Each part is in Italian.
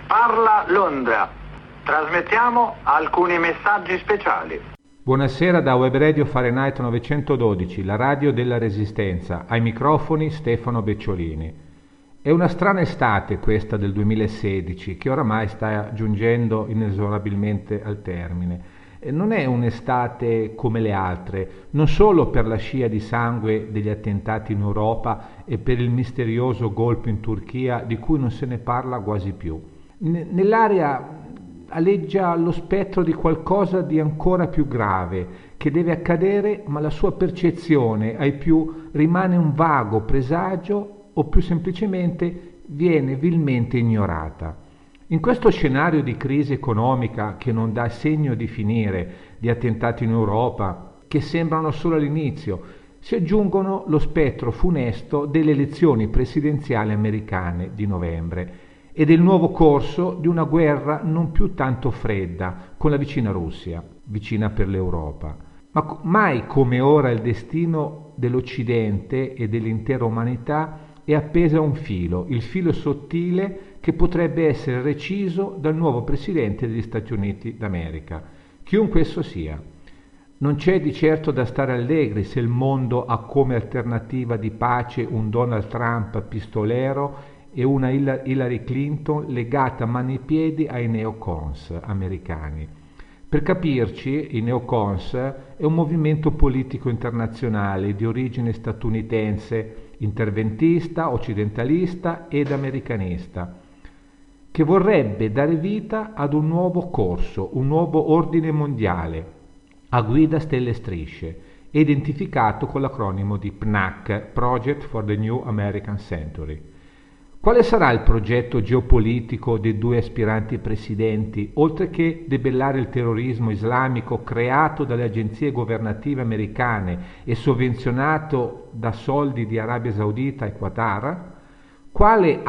Parla Londra. Trasmettiamo alcuni messaggi speciali. Buonasera da Web Radio Fahrenheit 912, la radio della Resistenza. Ai microfoni Stefano Becciolini. È una strana estate questa del 2016 che oramai sta giungendo inesorabilmente al termine. Non è un'estate come le altre, non solo per la scia di sangue degli attentati in Europa e per il misterioso golpe in Turchia di cui non se ne parla quasi più. Nell'aria aleggia lo spettro di qualcosa di ancora più grave che deve accadere, ma la sua percezione ai più rimane un vago presagio o più semplicemente viene vilmente ignorata. In questo scenario di crisi economica che non dà segno di finire, di attentati in Europa che sembrano solo all'inizio, si aggiungono lo spettro funesto delle elezioni presidenziali americane di novembre e del nuovo corso di una guerra non più tanto fredda con la vicina Russia, vicina per l'Europa. Ma mai come ora il destino dell'Occidente e dell'intera umanità è appeso a un filo, il filo sottile che potrebbe essere reciso dal nuovo presidente degli Stati Uniti d'America, chiunque esso sia. Non c'è di certo da stare allegri se il mondo ha come alternativa di pace un Donald Trump pistolero e una Hillary Clinton legata a mani e piedi ai neocons americani. Per capirci, i neocons è un movimento politico internazionale di origine statunitense, interventista, occidentalista ed americanista, che vorrebbe dare vita ad un nuovo corso, un nuovo ordine mondiale, a guida stelle e strisce, identificato con l'acronimo di PNAC, Project for the New American Century. Quale sarà il progetto geopolitico dei due aspiranti presidenti, oltre che debellare il terrorismo islamico creato dalle agenzie governative americane e sovvenzionato da soldi di Arabia Saudita e Qatar? Quale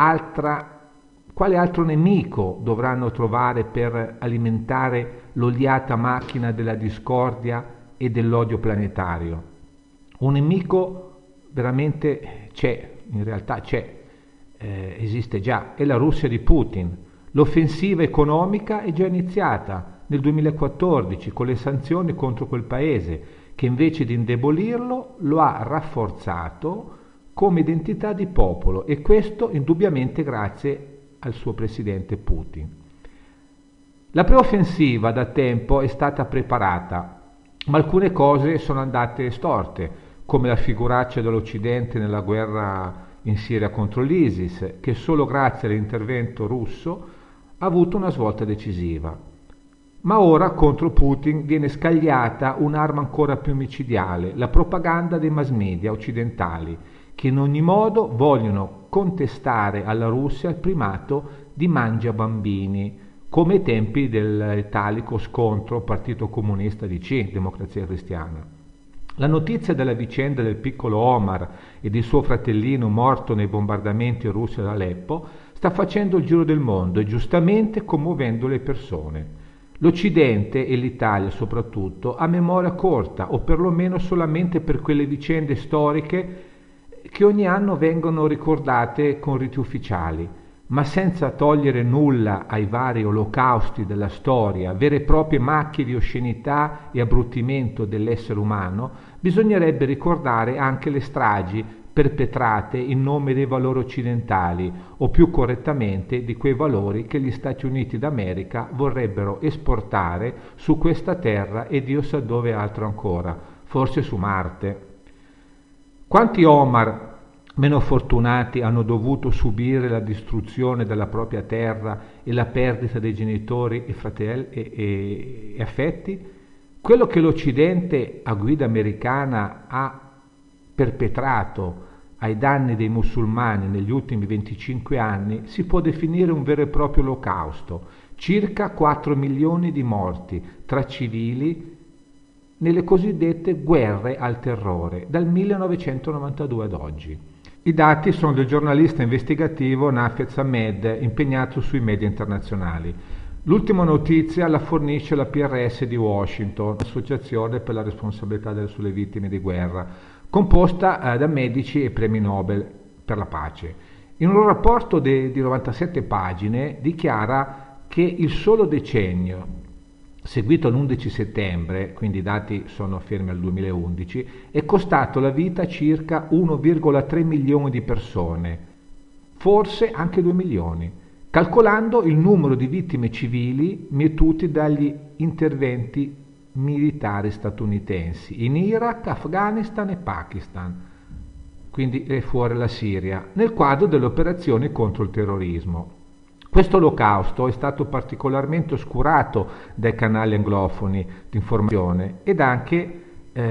altro nemico dovranno trovare per alimentare l'oliata macchina della discordia e dell'odio planetario? Un nemico veramente c'è, in realtà c'è. Esiste già, è la Russia di Putin. L'offensiva economica è già iniziata nel 2014 con le sanzioni contro quel paese che invece di indebolirlo lo ha rafforzato come identità di popolo, e questo indubbiamente grazie al suo presidente Putin. La preoffensiva da tempo è stata preparata, ma alcune cose sono andate storte, come la figuraccia dell'Occidente nella guerra in Siria contro l'ISIS, che solo grazie all'intervento russo ha avuto una svolta decisiva. Ma ora contro Putin viene scagliata un'arma ancora più micidiale, la propaganda dei mass media occidentali, che in ogni modo vogliono contestare alla Russia il primato di mangiabambini, come ai tempi del italico scontro Partito Comunista DC, Democrazia Cristiana. La notizia della vicenda del piccolo Omar e di suo fratellino morto nei bombardamenti russi ad Aleppo sta facendo il giro del mondo e giustamente commuovendo le persone. L'Occidente, e l'Italia soprattutto, ha memoria corta, o perlomeno solamente per quelle vicende storiche che ogni anno vengono ricordate con riti ufficiali, ma senza togliere nulla ai vari olocausti della storia, vere e proprie macchie di oscenità e abbruttimento dell'essere umano, bisognerebbe ricordare anche le stragi perpetrate in nome dei valori occidentali, o più correttamente di quei valori che gli Stati Uniti d'America vorrebbero esportare su questa terra e Dio sa dove altro ancora, forse su Marte. Quanti Omar meno fortunati hanno dovuto subire la distruzione della propria terra e la perdita dei genitori e fratelli e affetti? Quello che l'Occidente a guida americana ha perpetrato ai danni dei musulmani negli ultimi 25 anni si può definire un vero e proprio olocausto, circa 4 milioni di morti tra civili nelle cosiddette guerre al terrore dal 1992 ad oggi. I dati sono del giornalista investigativo Nafez Ahmed, impegnato sui media internazionali. L'ultima notizia la fornisce la PRS di Washington, Associazione per la responsabilità sulle vittime di guerra, composta da medici e premi Nobel per la pace. In un rapporto di 97 pagine dichiara che il solo decennio seguito l'11 settembre, quindi i dati sono fermi al 2011, è costato la vita a circa 1,3 milioni di persone, forse anche 2 milioni, calcolando il numero di vittime civili mietuti dagli interventi militari statunitensi in Iraq, Afghanistan e Pakistan, quindi è fuori la Siria, nel quadro delle operazioni contro il terrorismo. Questo olocausto è stato particolarmente oscurato dai canali anglofoni di informazione ed anche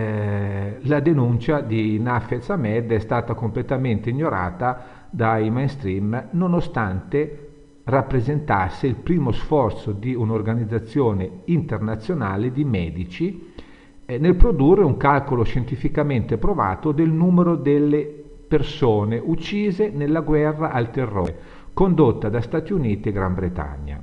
la denuncia di Nafez Ahmed è stata completamente ignorata dai mainstream, nonostante rappresentasse il primo sforzo di un'organizzazione internazionale di medici nel produrre un calcolo scientificamente provato del numero delle persone uccise nella guerra al terrore condotta da Stati Uniti e Gran Bretagna.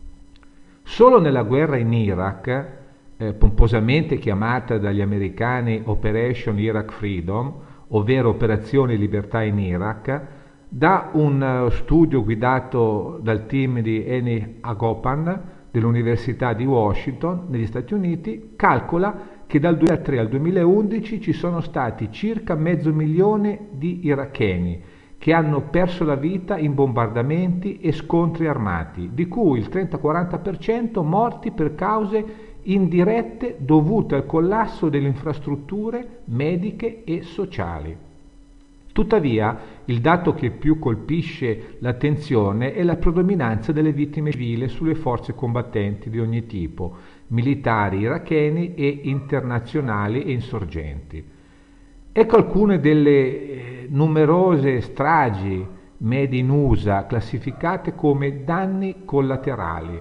Solo nella guerra in Iraq, pomposamente chiamata dagli americani Operation Iraq Freedom, ovvero Operazione Libertà in Iraq, da un studio guidato dal team di Eni Agopan dell'Università di Washington negli Stati Uniti, calcola che dal 2003 al 2011 ci sono stati circa 500.000 di iracheni che hanno perso la vita in bombardamenti e scontri armati, di cui il 30-40% morti per cause indirette dovute al collasso delle infrastrutture mediche e sociali. Tuttavia, il dato che più colpisce l'attenzione è la predominanza delle vittime civili sulle forze combattenti di ogni tipo, militari iracheni e internazionali e insorgenti. Ecco alcune delle numerose stragi made in USA classificate come danni collaterali.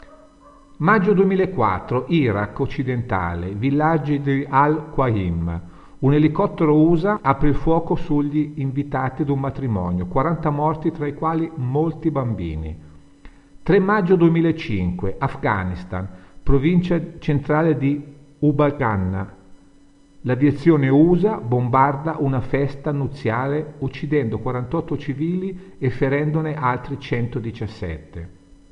Maggio 2004, Iraq occidentale, villaggi di Al-Qaim. Un elicottero USA apre il fuoco sugli invitati ad un matrimonio, 40 morti tra i quali molti bambini. 3 maggio 2005, Afghanistan, provincia centrale di Ubalgan. L'aviazione USA bombarda una festa nuziale uccidendo 48 civili e ferendone altri 117.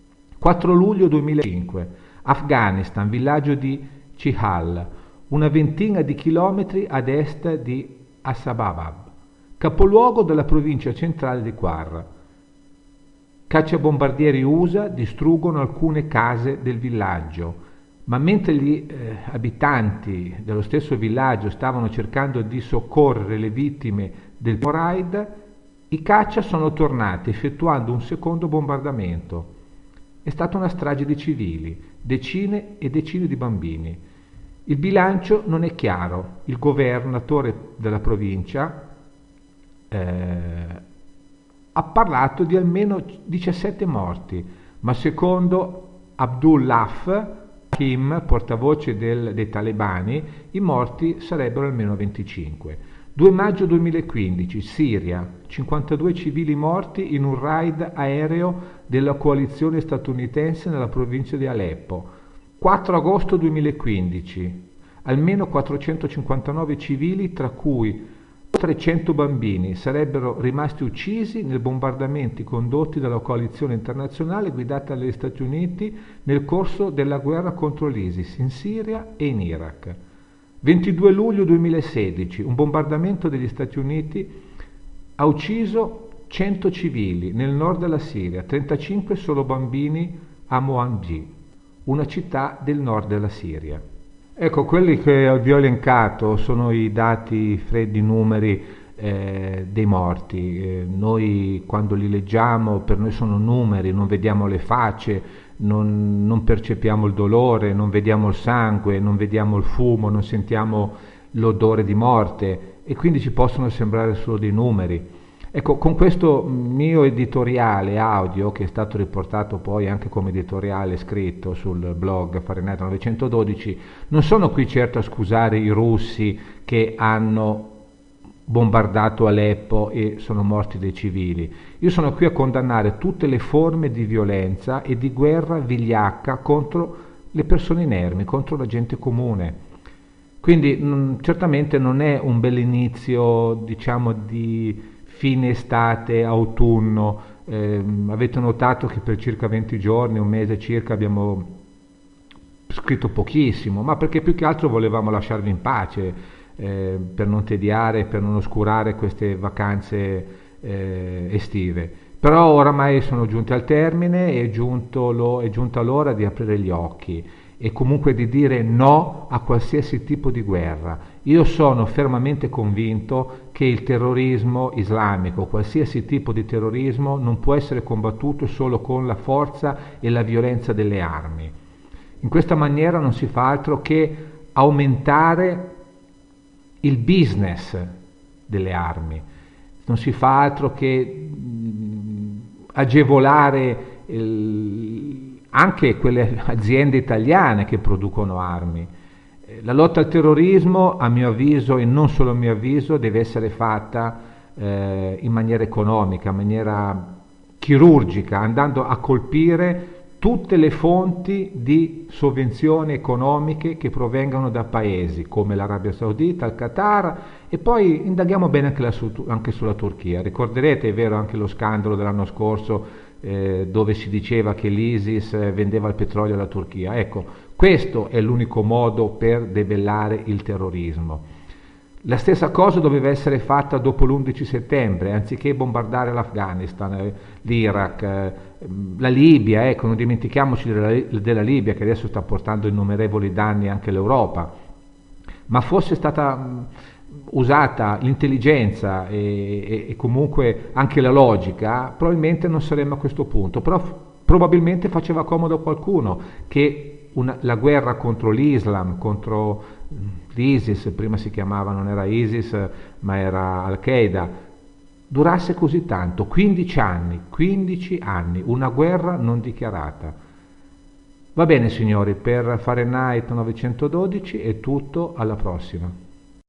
4 luglio 2005, Afghanistan, villaggio di Chihal, una ventina di chilometri ad est di Abbottabad, capoluogo della provincia centrale di Quar. Cacciabombardieri USA distruggono alcune case del villaggio, ma mentre gli abitanti dello stesso villaggio stavano cercando di soccorrere le vittime del primo raid, i caccia sono tornati effettuando un secondo bombardamento. È stata una strage di civili, decine e decine di bambini. Il bilancio non è chiaro. Il governatore della provincia ha parlato di almeno 17 morti, ma secondo Abdullah Hakim, portavoce dei talebani, i morti sarebbero almeno 25. 2 maggio 2015, Siria, 52 civili morti in un raid aereo della coalizione statunitense nella provincia di Aleppo. 4 agosto 2015, almeno 459 civili, tra cui 300 bambini, sarebbero rimasti uccisi nei bombardamenti condotti dalla coalizione internazionale guidata dagli Stati Uniti nel corso della guerra contro l'ISIS in Siria e in Iraq. 22 luglio 2016, un bombardamento degli Stati Uniti ha ucciso 100 civili nel nord della Siria, 35 solo bambini a Moamji, una città del nord della Siria. Ecco, quelli che vi ho elencato sono i dati freddi, numeri dei morti. Noi quando li leggiamo, per noi sono numeri, non vediamo le facce, non percepiamo il dolore, non vediamo il sangue, non vediamo il fumo, non sentiamo l'odore di morte e quindi ci possono sembrare solo dei numeri. Ecco, con questo mio editoriale audio, che è stato riportato poi anche come editoriale scritto sul blog Fahrenheit 912, non sono qui certo a scusare i russi che hanno bombardato Aleppo e sono morti dei civili. Io sono qui a condannare tutte le forme di violenza e di guerra vigliacca contro le persone inermi, contro la gente comune. Quindi certamente non è un bell'inizio, diciamo, di fine estate, autunno. Avete notato che per circa 20 giorni, un mese circa, abbiamo scritto pochissimo, ma perché più che altro volevamo lasciarvi in pace, per non tediare, per non oscurare queste vacanze estive. Però oramai sono giunte al termine, è giunta l'ora di aprire gli occhi e comunque di dire no a qualsiasi tipo di guerra. Io sono fermamente convinto che il terrorismo islamico, qualsiasi tipo di terrorismo, non può essere combattuto solo con la forza e la violenza delle armi. In questa maniera non si fa altro che aumentare il business delle armi, non si fa altro che agevolare anche quelle aziende italiane che producono armi. La lotta al terrorismo, a mio avviso, e non solo a mio avviso, deve essere fatta in maniera economica, in maniera chirurgica, andando a colpire tutte le fonti di sovvenzioni economiche che provengono da paesi come l'Arabia Saudita, il Qatar, e poi indaghiamo bene anche sulla Turchia. Ricorderete, è vero, anche lo scandalo dell'anno scorso dove si diceva che l'ISIS vendeva il petrolio alla Turchia. Ecco, questo è l'unico modo per debellare il terrorismo. La stessa cosa doveva essere fatta dopo l'11 settembre, anziché bombardare l'Afghanistan, l'Iraq, la Libia, ecco, non dimentichiamoci della Libia che adesso sta portando innumerevoli danni anche all'Europa, ma fosse stata usata l'intelligenza e comunque anche la logica, probabilmente non saremmo a questo punto, però probabilmente faceva comodo a qualcuno che la guerra contro l'Islam, contro l'ISIS, prima si chiamava, non era ISIS ma era Al-Qaeda, durasse così tanto, 15 anni, una guerra non dichiarata. Va bene signori, per Fahrenheit 912 è tutto, alla prossima.